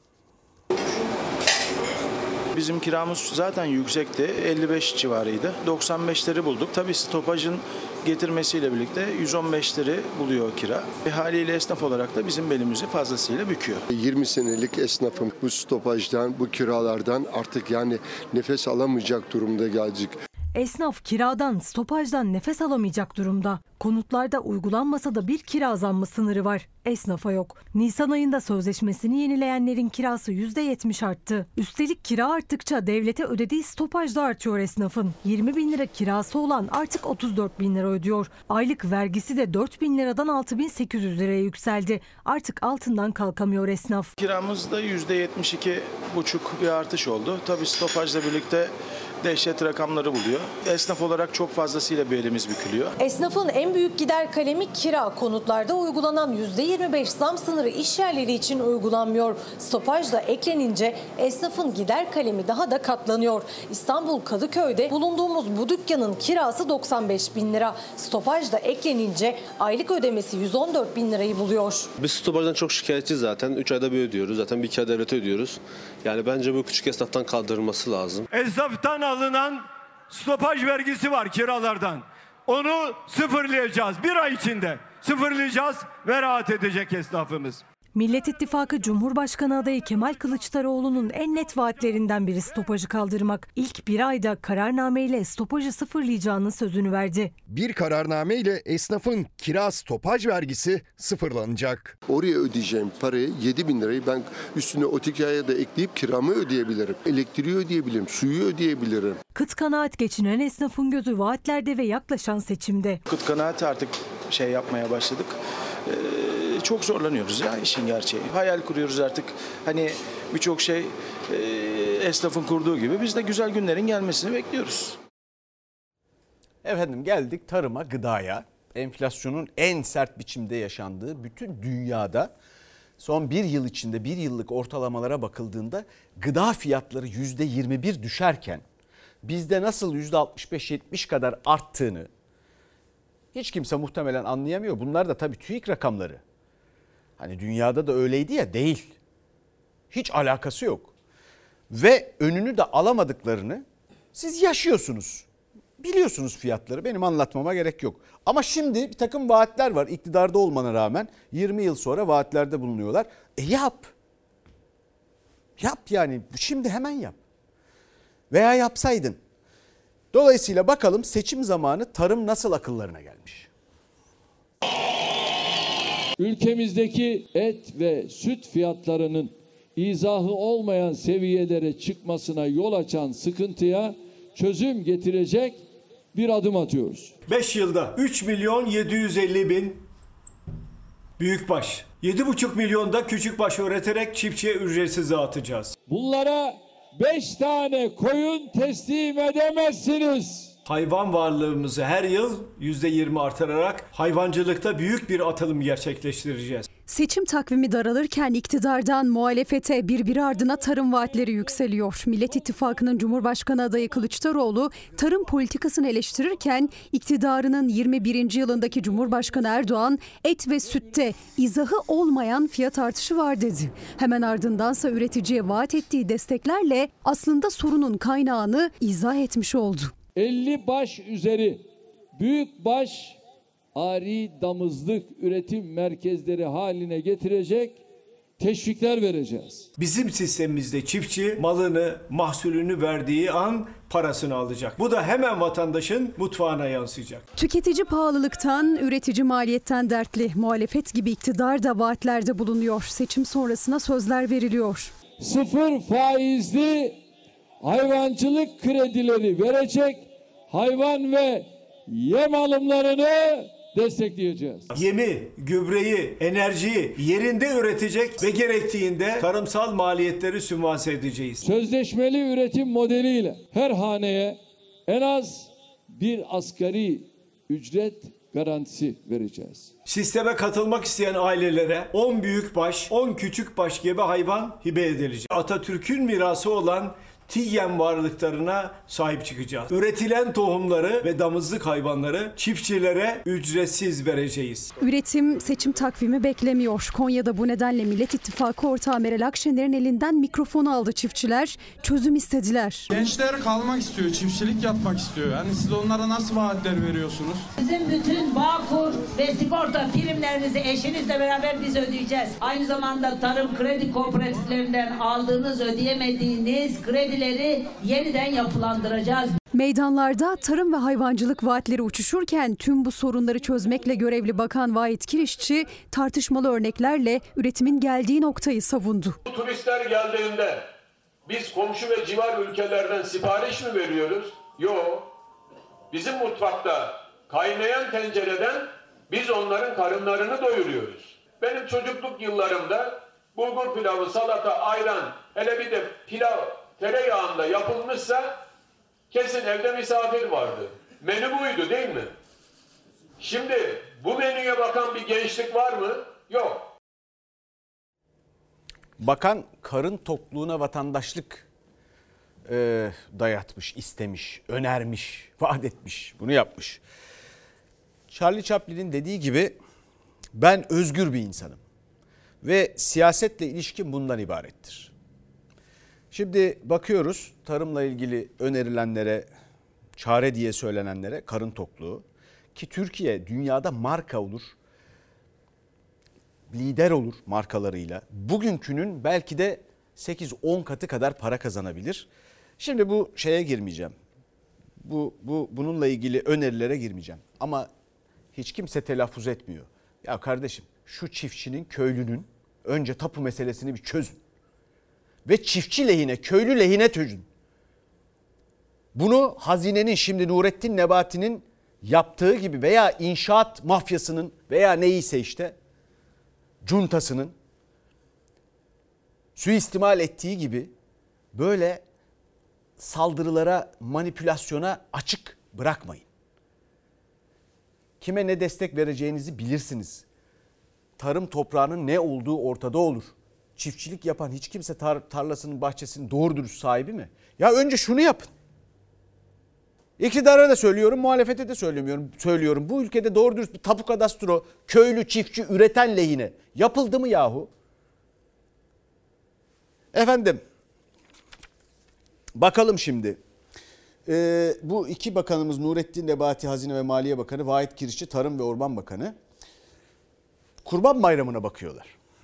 Speaker 6: Bizim kiramız zaten yüksekti. 55 civarıydı. 95'leri bulduk. Tabii stopajın getirmesiyle birlikte 115'leri buluyor kira. Haliyle esnaf olarak da bizim belimizi fazlasıyla büküyor.
Speaker 22: 20 senelik esnafım bu stopajdan, bu kiralardan artık yani nefes alamayacak durumda geldik.
Speaker 23: Esnaf kiradan, stopajdan nefes alamayacak durumda. Konutlarda uygulanmasa da bir kira zammı sınırı var. Esnafa yok. Nisan ayında sözleşmesini yenileyenlerin kirası %70 arttı. Üstelik kira arttıkça devlete ödediği stopaj da artıyor esnafın. 20 bin lira kirası olan artık 34 bin lira ödüyor. Aylık vergisi de 4 bin liradan 6.800 liraya yükseldi. Artık altından kalkamıyor esnaf.
Speaker 6: Kiramızda %72,5 bir artış oldu. Tabii stopajla birlikte dehşet rakamları buluyor. Esnaf olarak çok fazlasıyla belimiz bükülüyor.
Speaker 23: Esnafın en büyük gider kalemi kira. Konutlarda uygulanan %25 zam sınırı iş yerleri için uygulanmıyor. Stopaj da eklenince esnafın gider kalemi daha da katlanıyor. İstanbul Kadıköy'de bulunduğumuz bu dükkanın kirası 95 bin lira. Stopaj da eklenince aylık ödemesi 114 bin lirayı buluyor.
Speaker 24: Biz stopajdan çok şikayetçiyiz zaten. 3 ayda bir ödüyoruz. Zaten bir kere devlete ödüyoruz. Yani bence bu küçük esnaftan kaldırılması lazım.
Speaker 2: Esnaftan alınan stopaj vergisi var kiralardan. Onu sıfırlayacağız. Bir ay içinde sıfırlayacağız ve rahat edecek esnafımız.
Speaker 23: Millet İttifakı Cumhurbaşkanı adayı Kemal Kılıçdaroğlu'nun en net vaatlerinden biri stopajı kaldırmak. İlk bir ayda kararnameyle stopajı sıfırlayacağının sözünü verdi.
Speaker 25: Bir kararnameyle esnafın kira stopaj vergisi sıfırlanacak.
Speaker 22: Oraya ödeyeceğim parayı 7 bin lirayı ben üstüne otikaya da ekleyip kiramı ödeyebilirim. Elektriği ödeyebilirim, suyu ödeyebilirim.
Speaker 23: Kıt kanaat geçinen esnafın gözü vaatlerde ve yaklaşan seçimde.
Speaker 6: Kıt kanaat artık yapmaya başladık. Çok zorlanıyoruz ya işin gerçeği. Hayal kuruyoruz artık. Hani birçok şey esnafın kurduğu gibi biz de güzel günlerin gelmesini bekliyoruz.
Speaker 1: Efendim, geldik tarıma, gıdaya. Enflasyonun en sert biçimde yaşandığı bütün dünyada son bir yıl içinde bir yıllık ortalamalara bakıldığında gıda fiyatları %21 düşerken bizde nasıl %65-70 kadar arttığını hiç kimse muhtemelen anlayamıyor. Bunlar da tabii TÜİK rakamları. Hani dünyada da öyleydi ya, değil. Hiç alakası yok. Ve önünü de alamadıklarını siz yaşıyorsunuz. Biliyorsunuz fiyatları, benim anlatmama gerek yok. Ama şimdi bir takım vaatler var, iktidarda olmana rağmen 20 yıl sonra vaatlerde bulunuyorlar. Yap. Yap yani, şimdi hemen yap. Veya yapsaydın. Dolayısıyla bakalım seçim zamanı tarım nasıl akıllarına gelmiş?
Speaker 10: Ülkemizdeki et ve süt fiyatlarının izahı olmayan seviyelere çıkmasına yol açan sıkıntıya çözüm getirecek bir adım atıyoruz.
Speaker 2: 5 yılda 3.750.000 büyükbaş, 7,5 milyonda küçükbaş üreterek çiftçiye ücretsiz dağıtacağız.
Speaker 10: Bunlara 5 tane koyun teslim edemezsiniz.
Speaker 2: Hayvan varlığımızı her yıl %20 artırarak hayvancılıkta büyük bir atılım gerçekleştireceğiz.
Speaker 13: Seçim takvimi daralırken iktidardan muhalefete birbiri ardına tarım vaatleri yükseliyor. Millet İttifakı'nın Cumhurbaşkanı adayı Kılıçdaroğlu tarım politikasını eleştirirken iktidarının 21. yılındaki Cumhurbaşkanı Erdoğan et ve sütte izahı olmayan fiyat artışı var dedi. Hemen ardındansa üreticiye vaat ettiği desteklerle aslında sorunun kaynağını izah etmiş oldu.
Speaker 10: 50 baş üzeri büyükbaş ari damızlık üretim merkezleri haline getirecek teşvikler vereceğiz.
Speaker 2: Bizim sistemimizde çiftçi malını, mahsulünü verdiği an parasını alacak. Bu da hemen vatandaşın mutfağına yansıyacak.
Speaker 13: Tüketici pahalılıktan, üretici maliyetten dertli. Muhalefet gibi iktidar da vaatlerde bulunuyor. Seçim sonrasına sözler veriliyor.
Speaker 10: 0 faizli hayvancılık kredileri verecek, hayvan ve yem alımlarını destekleyeceğiz.
Speaker 2: Yemi, gübreyi, enerjiyi yerinde üretecek ve gerektiğinde tarımsal maliyetleri sübvanse edeceğiz.
Speaker 10: Sözleşmeli üretim modeliyle her haneye en az bir asgari ücret garantisi vereceğiz.
Speaker 2: Sisteme katılmak isteyen ailelere 10 büyükbaş, 10 küçükbaş gebe hayvan hibe edilecek. Atatürk'ün mirası olan TİGYEM varlıklarına sahip çıkacağız. Üretilen tohumları ve damızlık hayvanları çiftçilere ücretsiz vereceğiz.
Speaker 13: Üretim seçim takvimi beklemiyor. Konya'da bu nedenle Millet İttifakı ortağı Meral Akşener'in elinden mikrofon aldı çiftçiler. Çözüm istediler.
Speaker 3: Gençler kalmak istiyor, çiftçilik yapmak istiyor. Yani siz onlara nasıl vaatler veriyorsunuz?
Speaker 4: Bizim bütün Bağkur ve sigorta primlerinizi eşinizle beraber biz ödeyeceğiz. Aynı zamanda tarım kredi kooperatiflerinden aldığınız, ödeyemediğiniz kredileri yeniden yapılandıracağız.
Speaker 13: Meydanlarda tarım ve hayvancılık vaatleri uçuşurken tüm bu sorunları çözmekle görevli Bakan Vahit Kirişçi tartışmalı örneklerle üretimin geldiği noktayı savundu.
Speaker 7: Turistler geldiğinde biz komşu ve civar ülkelerden sipariş mi veriyoruz? Yok. Bizim mutfakta kaynayan tencereden biz onların karınlarını doyuruyoruz. Benim çocukluk yıllarımda bulgur pilavı, salata, ayran, hele bir de pilav tereyağında yapılmışsa kesin evde misafir vardı. Menü buydu değil mi? Şimdi bu menüye bakan bir gençlik var mı? Yok.
Speaker 1: Bakan karın tokluğuna vatandaşlık dayatmış, istemiş, önermiş, vaat etmiş, bunu yapmış. Charlie Chaplin'in dediği gibi ben özgür bir insanım ve siyasetle ilişkim bundan ibarettir. Şimdi bakıyoruz tarımla ilgili önerilenlere, çare diye söylenenlere, karın tokluğu, ki Türkiye dünyada marka olur, lider olur markalarıyla. Bugünkünün belki de 8-10 katı kadar para kazanabilir. Şimdi bu şeye girmeyeceğim. Bununla ilgili önerilere girmeyeceğim. Ama hiç kimse telaffuz etmiyor. Ya kardeşim, şu çiftçinin, köylünün önce tapu meselesini bir çözün. Ve çiftçi lehine, köylü lehine çözün. Bunu hazinenin, şimdi Nurettin Nebati'nin yaptığı gibi veya inşaat mafyasının veya neyse işte cuntasının suistimal ettiği gibi böyle saldırılara, manipülasyona açık bırakmayın. Kime ne destek vereceğinizi bilirsiniz. Tarım toprağının ne olduğu ortada olur. Çiftçilik yapan hiç kimse tarlasının, bahçesinin doğru dürüst sahibi mi? Ya önce şunu yapın. İktidara da söylüyorum, muhalefete de söylüyorum. Bu ülkede doğru dürüst bir tapu kadastro, köylü, çiftçi, üreten lehine yapıldı mı yahu? Efendim, bakalım şimdi. Bu iki bakanımız Nurettin Nebati Hazine ve Maliye Bakanı, Vahit Kirişçi Tarım ve Orman Bakanı Kurban Bayramı'na bakıyorlar.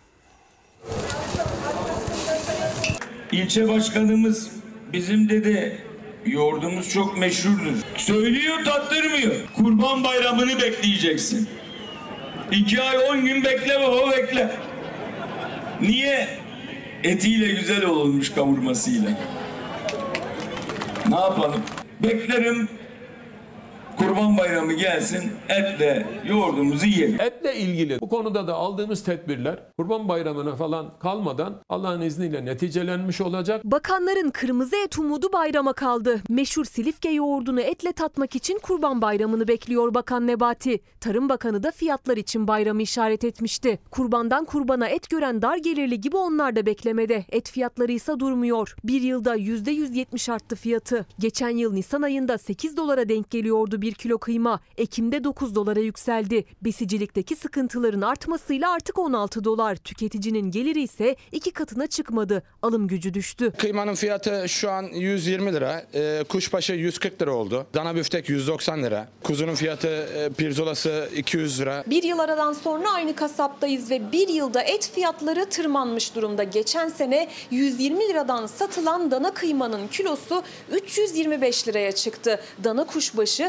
Speaker 11: İlçe başkanımız bizim dedi yoğurdumuz çok meşhurdur. Söylüyor, tattırmıyor. Kurban Bayramı'nı bekleyeceksin. 2 ay 10 gün bekle baba, bekle. Niye? Etiyle güzel olmuş, kavurmasıyla. Ne yapalım? Beklerim. Kurban Bayramı gelsin, etle yoğurdumuzu yiyelim.
Speaker 21: Etle ilgili bu konuda da aldığımız tedbirler Kurban Bayramı'na falan kalmadan Allah'ın izniyle neticelenmiş olacak.
Speaker 15: Bakanların kırmızı et umudu bayrama kaldı. Meşhur Silifke yoğurdunu etle tatmak için Kurban Bayramı'nı bekliyor Bakan Nebati. Tarım Bakanı da fiyatlar için bayramı işaret etmişti. Kurbandan kurbana et gören dar gelirli gibi onlar da beklemede. Et fiyatları ise durmuyor. Bir yılda %170 arttı fiyatı. Geçen yıl Nisan ayında $8 denk geliyordu 1 kilo kıyma. Ekim'de $9 yükseldi. Besicilikteki sıkıntıların artmasıyla artık $16. Tüketicinin geliri ise 2 katına çıkmadı. Alım gücü düştü.
Speaker 26: Kıymanın fiyatı şu an 120 lira. Kuşbaşı 140 lira oldu. Dana büftek 190 lira. Kuzunun fiyatı pirzolası 200 lira.
Speaker 15: Bir yıl aradan sonra aynı kasaptayız ve bir yılda et fiyatları tırmanmış durumda. Geçen sene 120 liradan satılan dana kıymanın kilosu 325 liraya çıktı. Dana kuşbaşı 140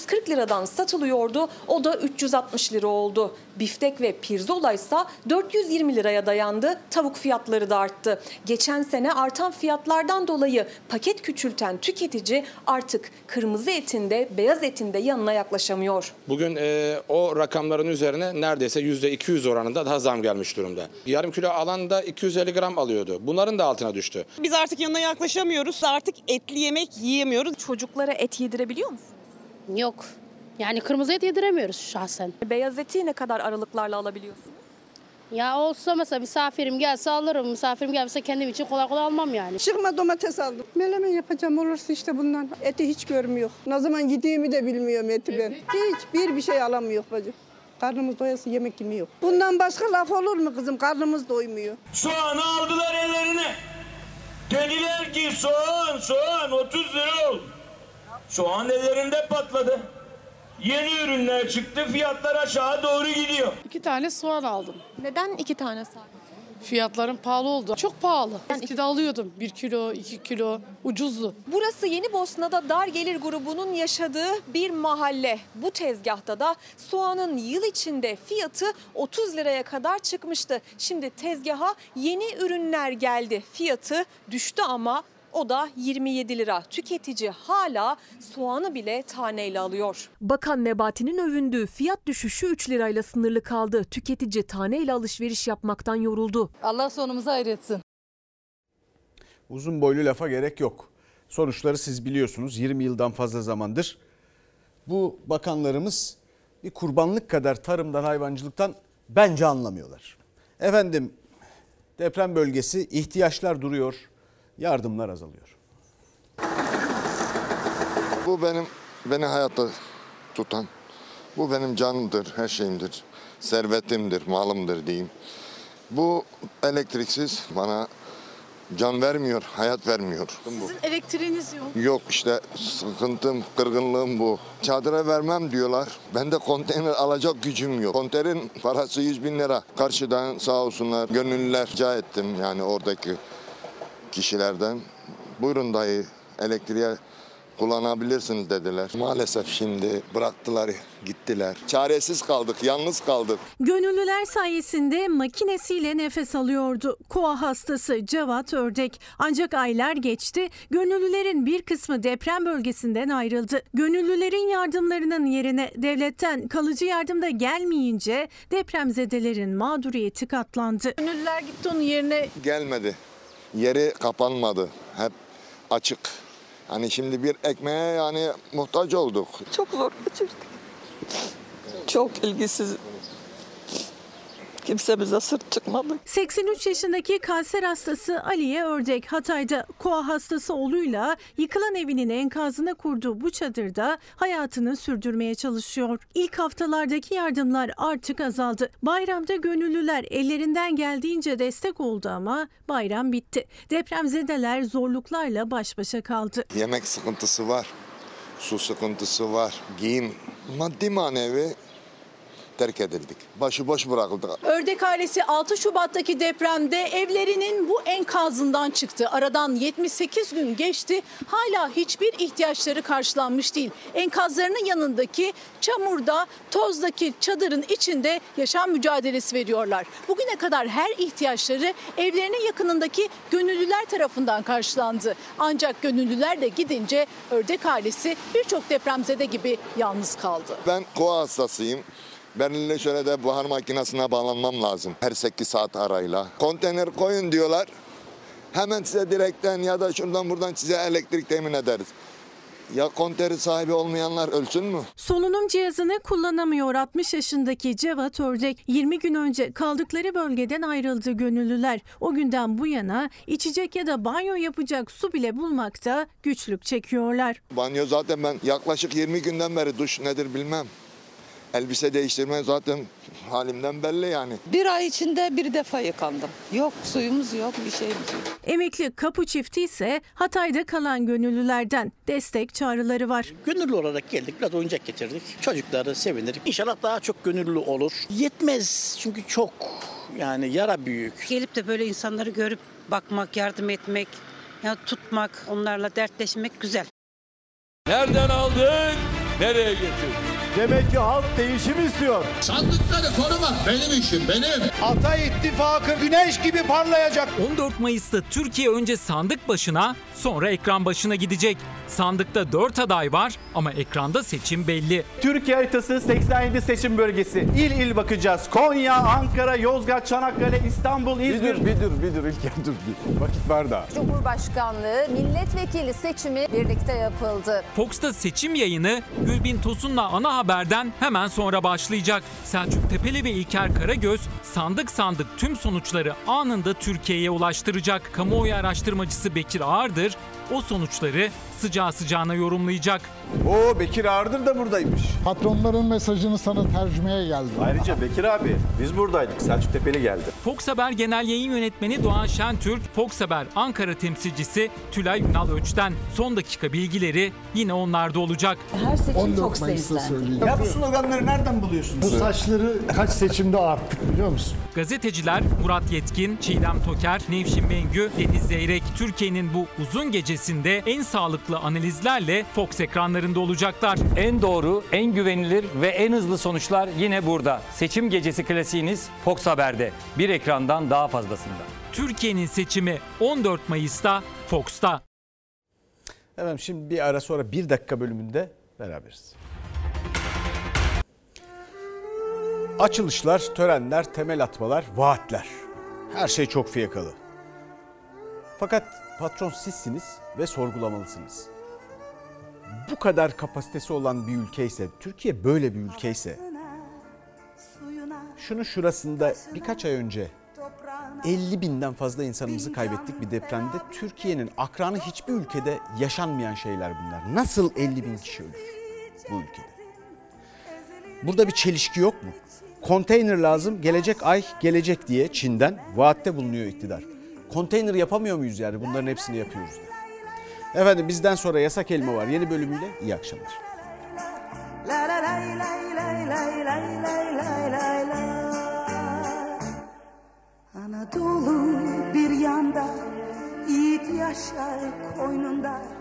Speaker 15: 240 liradan satılıyordu. O da 360 lira oldu. Biftek ve pirzola ise 420 liraya dayandı. Tavuk fiyatları da arttı. Geçen sene artan fiyatlardan dolayı paket küçülten tüketici artık kırmızı etin de beyaz etin de yanına yaklaşamıyor.
Speaker 26: Bugün o rakamların üzerine neredeyse %200 oranında daha zam gelmiş durumda. Yarım kilo alan da 250 gram alıyordu. Bunların da altına düştü.
Speaker 8: Biz artık yanına yaklaşamıyoruz. Artık etli yemek yiyemiyoruz.
Speaker 15: Çocuklara et yedirebiliyor musun?
Speaker 9: Yok. Yani kırmızı et yediremiyoruz şahsen.
Speaker 15: Beyaz eti ne kadar aralıklarla alabiliyorsun?
Speaker 9: Ya olsa mesela misafirim gelse alırım. Misafirim gelse kendim için kolay kolay almam yani.
Speaker 12: Çıkma domates aldım. Melemen yapacağım olursa işte bundan. Eti hiç görmüyor. Ne zaman gideyimi de bilmiyorum eti ben. Hiçbir şey alamıyor bacım. Karnımız doyası yemek yemiyor. Bundan başka laf olur mu kızım? Karnımız doymuyor.
Speaker 11: Soğanı aldılar ellerine. Dediler ki soğan 30 lira oldu. Soğan ellerinde patladı. Yeni ürünler çıktı, fiyatlar aşağı doğru gidiyor.
Speaker 9: 2 tane soğan aldım.
Speaker 15: Neden 2 tane sadece?
Speaker 9: Fiyatların pahalı oldu. Çok pahalı. Eskiden alıyordum 1 kilo, 2 kilo ucuzdu.
Speaker 15: Burası Yenibosna'da dar gelir grubunun yaşadığı bir mahalle. Bu tezgahta da soğanın yıl içinde fiyatı 30 liraya kadar çıkmıştı. Şimdi tezgaha yeni ürünler geldi. Fiyatı düştü ama o da 27 lira. Tüketici hala soğanı bile taneyle alıyor. Bakan Nebati'nin övündüğü fiyat düşüşü 3 lirayla sınırlı kaldı. Tüketici taneyle alışveriş yapmaktan yoruldu.
Speaker 9: Allah sonumuzu hayretsin.
Speaker 1: Uzun boylu lafa gerek yok. Sonuçları siz biliyorsunuz. 20 yıldan fazla zamandır bu bakanlarımız bir kurbanlık kadar tarımdan, hayvancılıktan bence anlamıyorlar. Efendim, deprem bölgesi, ihtiyaçlar duruyor. Yardımlar azalıyor.
Speaker 16: Bu beni hayatta tutan, bu benim canımdır, her şeyimdir, servetimdir, malımdır diyeyim. Bu elektriksiz bana can vermiyor, hayat vermiyor.
Speaker 9: Sizin elektriğiniz yok.
Speaker 16: Yok işte sıkıntım, kırgınlığım bu. Çadıra vermem diyorlar. Ben de konteyner alacak gücüm yok. Konteynerin parası 100 bin lira. Karşıdan sağ olsunlar gönüllüler rica ettim yani oradaki kişilerden. Buyurun dayı elektriğe kullanabilirsiniz dediler. Maalesef şimdi bıraktılar, gittiler. Çaresiz kaldık, yalnız kaldık.
Speaker 13: Gönüllüler sayesinde makinesiyle nefes alıyordu koa hastası Cevat Ördek. Ancak aylar geçti, gönüllülerin bir kısmı deprem bölgesinden ayrıldı. Gönüllülerin yardımlarının yerine devletten kalıcı yardım da gelmeyince depremzedelerin mağduriyeti katlandı.
Speaker 9: Gönüllüler gitti onun yerine.
Speaker 16: Gelmedi. Yeri kapanmadı. Hep açık. Hani şimdi bir ekmeğe yani muhtaç olduk.
Speaker 12: Çok zor geçirdik. Çok ilgisiz. Kimse bize sırt çıkmadı.
Speaker 13: 83 yaşındaki kanser hastası Aliye Ördek Hatay'da koa hastası oğluyla yıkılan evinin enkazına kurduğu bu çadırda hayatını sürdürmeye çalışıyor. İlk haftalardaki yardımlar artık azaldı. Bayramda gönüllüler ellerinden geldiğince destek oldu ama bayram bitti. Depremzedeler zorluklarla baş başa kaldı.
Speaker 16: Yemek sıkıntısı var, su sıkıntısı var, giyim, maddi manevi terk edildik. Başıboş bırakıldık.
Speaker 9: Ördek ailesi 6 Şubat'taki depremde evlerinin bu enkazından çıktı. Aradan 78 gün geçti. Hala hiçbir ihtiyaçları karşılanmış değil. Enkazlarının yanındaki çamurda, tozdaki çadırın içinde yaşam mücadelesi veriyorlar. Bugüne kadar her ihtiyaçları evlerinin yakınındaki gönüllüler tarafından karşılandı. Ancak gönüllüler de gidince Ördek ailesi birçok depremzede gibi yalnız kaldı.
Speaker 16: Ben koa hastasıyım. Benimle şöyle de buhar makinesine bağlanmam lazım. Her 8 saat arayla. Konteyner koyun diyorlar. Hemen size direkten ya da şuradan buradan size elektrik temin ederiz. Ya konteyner sahibi olmayanlar ölsün mü?
Speaker 13: Solunum cihazını kullanamıyor 60 yaşındaki Cevat Ördek. 20 gün önce kaldıkları bölgeden ayrıldı gönüllüler. O günden bu yana içecek ya da banyo yapacak su bile bulmakta güçlük çekiyorlar.
Speaker 16: Banyo zaten ben yaklaşık 20 günden beri duş nedir bilmem. Elbise değiştirme zaten halimden belli yani.
Speaker 12: Bir ay içinde bir defa yıkandım. Yok suyumuz yok, bir şeyimiz yok.
Speaker 13: Emekli Kapı çifti ise Hatay'da kalan gönüllülerden destek çağrıları var.
Speaker 17: Gönüllü olarak geldik, biraz oyuncak getirdik. Çocukları sevindirdik. İnşallah daha çok gönüllü olur. Yetmez çünkü çok yani yara büyük.
Speaker 18: Gelip de böyle insanları görüp bakmak, yardım etmek, ya tutmak, onlarla dertleşmek güzel.
Speaker 10: Nereden aldık? nereye getirdik?
Speaker 2: Demek ki halk değişim istiyor.
Speaker 5: Sandıkları korumak benim işim, benim.
Speaker 14: Ata İttifakı güneş gibi parlayacak.
Speaker 19: 14 Mayıs'ta Türkiye önce sandık başına, sonra ekran başına gidecek. Sandıkta 4 aday var ama ekranda seçim belli.
Speaker 20: Türkiye haritası 87 seçim bölgesi. İl il bakacağız. Konya, Ankara, Yozgat, Çanakkale, İstanbul, İzmir.
Speaker 1: Bir dur İlker dur. Vakit var daha.
Speaker 24: Cumhurbaşkanlığı milletvekili seçimi birlikte yapıldı.
Speaker 19: Fox'ta seçim yayını Gülbin Tosun'la Ana Haber'den hemen sonra başlayacak. Selçuk Tepeli ve İlker Karagöz sandık tüm sonuçları anında Türkiye'ye ulaştıracak. Kamuoyu araştırmacısı Bekir Ağırdır o sonuçları sıcağı sıcağına yorumlayacak.
Speaker 1: Bekir Ağırdır da buradaymış.
Speaker 25: Patronların mesajını sana tercümeye geldi.
Speaker 20: Ayrıca Bekir abi biz buradaydık. Selçuk Tepeli geldi.
Speaker 19: Fox Haber Genel Yayın Yönetmeni Doğan Şentürk, Fox Haber Ankara temsilcisi Tülay Ünal Öç'ten son dakika bilgileri yine onlarda olacak.
Speaker 25: Her seçim Fox'ta izlendi.
Speaker 14: Ya bu sloganları nereden buluyorsunuz?
Speaker 25: Bu saçları kaç seçimde arttık biliyor musun?
Speaker 19: Gazeteciler Murat Yetkin, Çiğdem Toker, Nevşin Mengü, Deniz Zeyrek, Türkiye'nin bu uzun gecesinde en sağlıklı analizlerle Fox ekranlarında olacaklar.
Speaker 27: En doğru, en güvenilir ve en hızlı sonuçlar yine burada. Seçim gecesi klasiğiniz Fox Haber'de. Bir ekrandan daha fazlasında.
Speaker 19: Türkiye'nin seçimi 14 Mayıs'ta Fox'ta.
Speaker 1: Efendim şimdi bir ara sonra 1 dakika bölümünde beraberiz. Açılışlar, törenler, temel atmalar, vaatler. Her şey çok fiyakalı. Fakat patron sizsiniz ve sorgulamalısınız. Bu kadar kapasitesi olan bir ülkeyse, Türkiye böyle bir ülkeyse, şunun şurasında birkaç ay önce 50.000'den fazla insanımızı kaybettik bir depremde. Türkiye'nin akranı hiçbir ülkede yaşanmayan şeyler bunlar. Nasıl 50.000 kişi ölür bu ülkede? Burada bir çelişki yok mu? Konteyner lazım, gelecek ay gelecek diye Çin'den vaatte bulunuyor iktidar. Konteyner yapamıyor muyuz yani? Bunların hepsini yapıyoruz. Efendim bizden sonra Yasak Elma var yeni bölümüyle. İyi akşamlar.
Speaker 28: Anadolu bir yanda, yiğit yaşar koynunda.